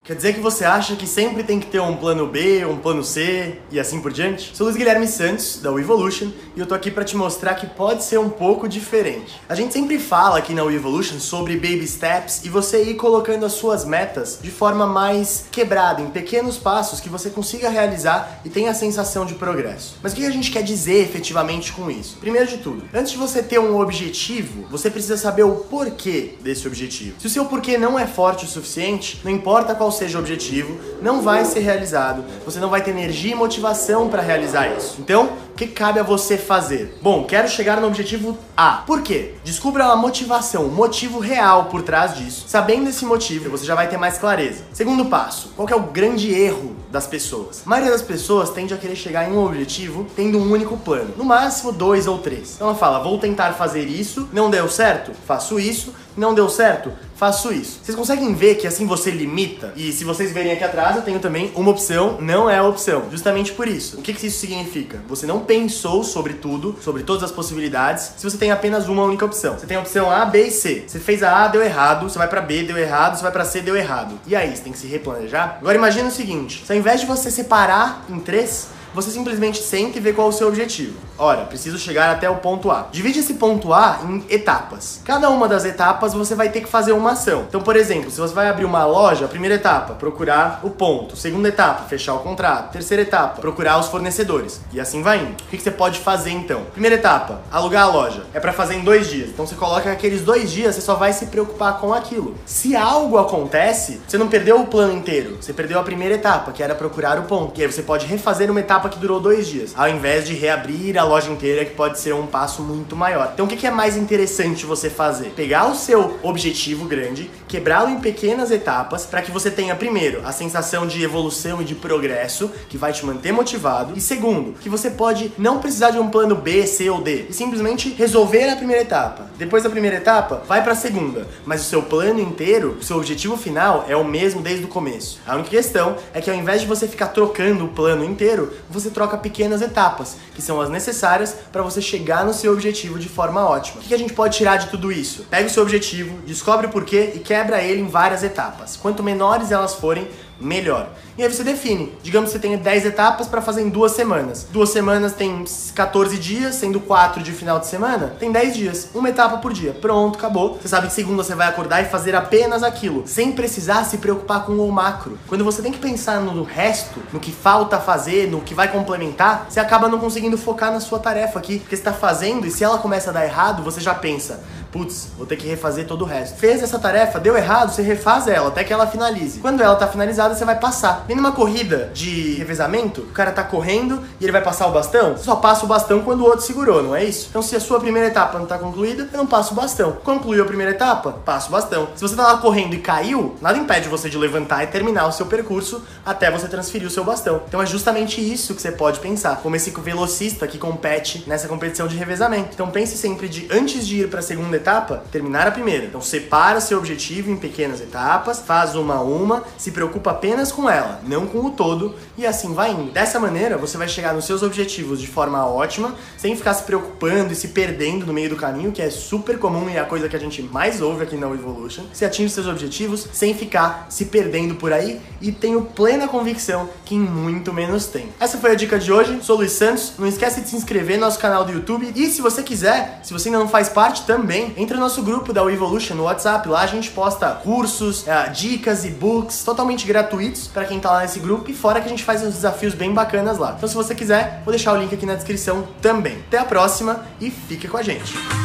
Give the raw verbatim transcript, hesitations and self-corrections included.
Quer dizer que você acha que sempre tem que ter um plano B, um plano C e assim por diante? Sou Luiz Guilherme Santos, da WeEvolution, e eu tô aqui pra te mostrar que pode ser um pouco diferente. A gente sempre fala aqui na WeEvolution sobre baby steps e você ir colocando as suas metas de forma mais quebrada, em pequenos passos que você consiga realizar e tenha a sensação de progresso. Mas o que a gente quer dizer efetivamente com isso? Primeiro de tudo, antes de você ter um objetivo, você precisa saber o porquê desse objetivo. Se o seu porquê não é forte o suficiente, não importa qual seja o objetivo, não vai ser realizado, você não vai ter energia e motivação para realizar isso. Então, o que cabe a você fazer? Bom, quero chegar no objetivo A. Por quê? Descubra a motivação, o motivo real por trás disso. Sabendo esse motivo, você já vai ter mais clareza. Segundo passo, qual que é o grande erro das pessoas? A maioria das pessoas tende a querer chegar em um objetivo tendo um único plano, no máximo dois ou três. Então ela fala, vou tentar fazer isso, não deu certo? Faço isso, não deu certo? Faço isso. Vocês conseguem ver que assim você limita? E se vocês verem aqui atrás, eu tenho também uma opção, não é a opção. Justamente por isso. O que que isso significa? Você não pensou sobre tudo, sobre todas as possibilidades, se você tem apenas uma única opção. Você tem a opção A, B e C. Você fez a A, deu errado, você vai pra B, deu errado, você vai pra C, deu errado. E aí, você tem que se replanejar? Agora imagina o seguinte, se ao invés de você separar em três, você simplesmente senta e vê qual é o seu objetivo. Ora, preciso chegar até o ponto A. Divide esse ponto A em etapas. Cada uma das etapas você vai ter que fazer uma ação. Então, por exemplo, se você vai abrir uma loja, a primeira etapa, procurar o ponto. Segunda etapa, fechar o contrato. Terceira etapa, procurar os fornecedores. E assim vai indo. O que você pode fazer então? Primeira etapa, alugar a loja. É pra fazer em dois dias. Então você coloca aqueles dois dias, você só vai se preocupar com aquilo. Se algo acontece, você não perdeu o plano inteiro. Você perdeu a primeira etapa, que era procurar o ponto. E aí você pode refazer uma etapa que durou dois dias, ao invés de reabrir a loja inteira, que pode ser um passo muito maior. Então o que é mais interessante você fazer? Pegar o seu objetivo grande, quebrá-lo em pequenas etapas, para que você tenha, primeiro, a sensação de evolução e de progresso, que vai te manter motivado, e segundo, que você pode não precisar de um plano B, C ou D, e simplesmente resolver a primeira etapa. Depois da primeira etapa, vai para a segunda, mas o seu plano inteiro, o seu objetivo final é o mesmo desde o começo. A única questão é que ao invés de você ficar trocando o plano inteiro, você troca pequenas etapas, que são as necessárias para você chegar no seu objetivo de forma ótima. O que a gente pode tirar de tudo isso? Pega o seu objetivo, descobre o porquê e quebra ele em várias etapas. Quanto menores elas forem, melhor. E aí você define, digamos que você tenha dez etapas para fazer em duas semanas. Duas semanas tem quatorze dias, sendo quatro de final de semana, tem dez dias, uma etapa por dia. Pronto, acabou. Você sabe que segunda você vai acordar e fazer apenas aquilo, sem precisar se preocupar com o macro. Quando você tem que pensar no resto, no que falta fazer, no que vai complementar, você acaba não conseguindo focar na sua tarefa aqui, porque você tá fazendo e se ela começa a dar errado, você já pensa, putz, vou ter que refazer todo o resto. Fez essa tarefa, deu errado, você refaz ela até que ela finalize. Quando ela tá finalizada, você vai passar. Nem numa corrida de revezamento, o cara tá correndo e ele vai passar o bastão, você só passa o bastão quando o outro segurou, não é isso? Então se a sua primeira etapa não tá concluída, eu não passo o bastão. Concluiu a primeira etapa, passa o bastão. Se você tá lá correndo e caiu, nada impede você de levantar e terminar o seu percurso até você transferir o seu bastão. Então é justamente isso que você pode pensar, como esse velocista que compete nessa competição de revezamento. Então pense sempre de, antes de ir pra segunda etapa, terminar a primeira. Então separa seu objetivo em pequenas etapas, faz uma a uma, se preocupa apenas com ela, não com o todo, e assim vai indo. Dessa maneira, você vai chegar nos seus objetivos de forma ótima, sem ficar se preocupando e se perdendo no meio do caminho, que é super comum e é a coisa que a gente mais ouve aqui na WeEvolution. Você atinge seus objetivos sem ficar se perdendo por aí, e tenho plena convicção que em muito menos tempo. Essa foi a dica de hoje, sou Luiz Santos, não esquece de se inscrever no nosso canal do YouTube, e se você quiser, se você ainda não faz parte também, entra no nosso grupo da WeEvolution no WhatsApp, lá a gente posta cursos, uh, dicas, e-books totalmente gratuitos para quem tá lá nesse grupo, e fora que a gente faz uns desafios bem bacanas lá. Então se você quiser, vou deixar o link aqui na descrição também. Até a próxima e fique com a gente!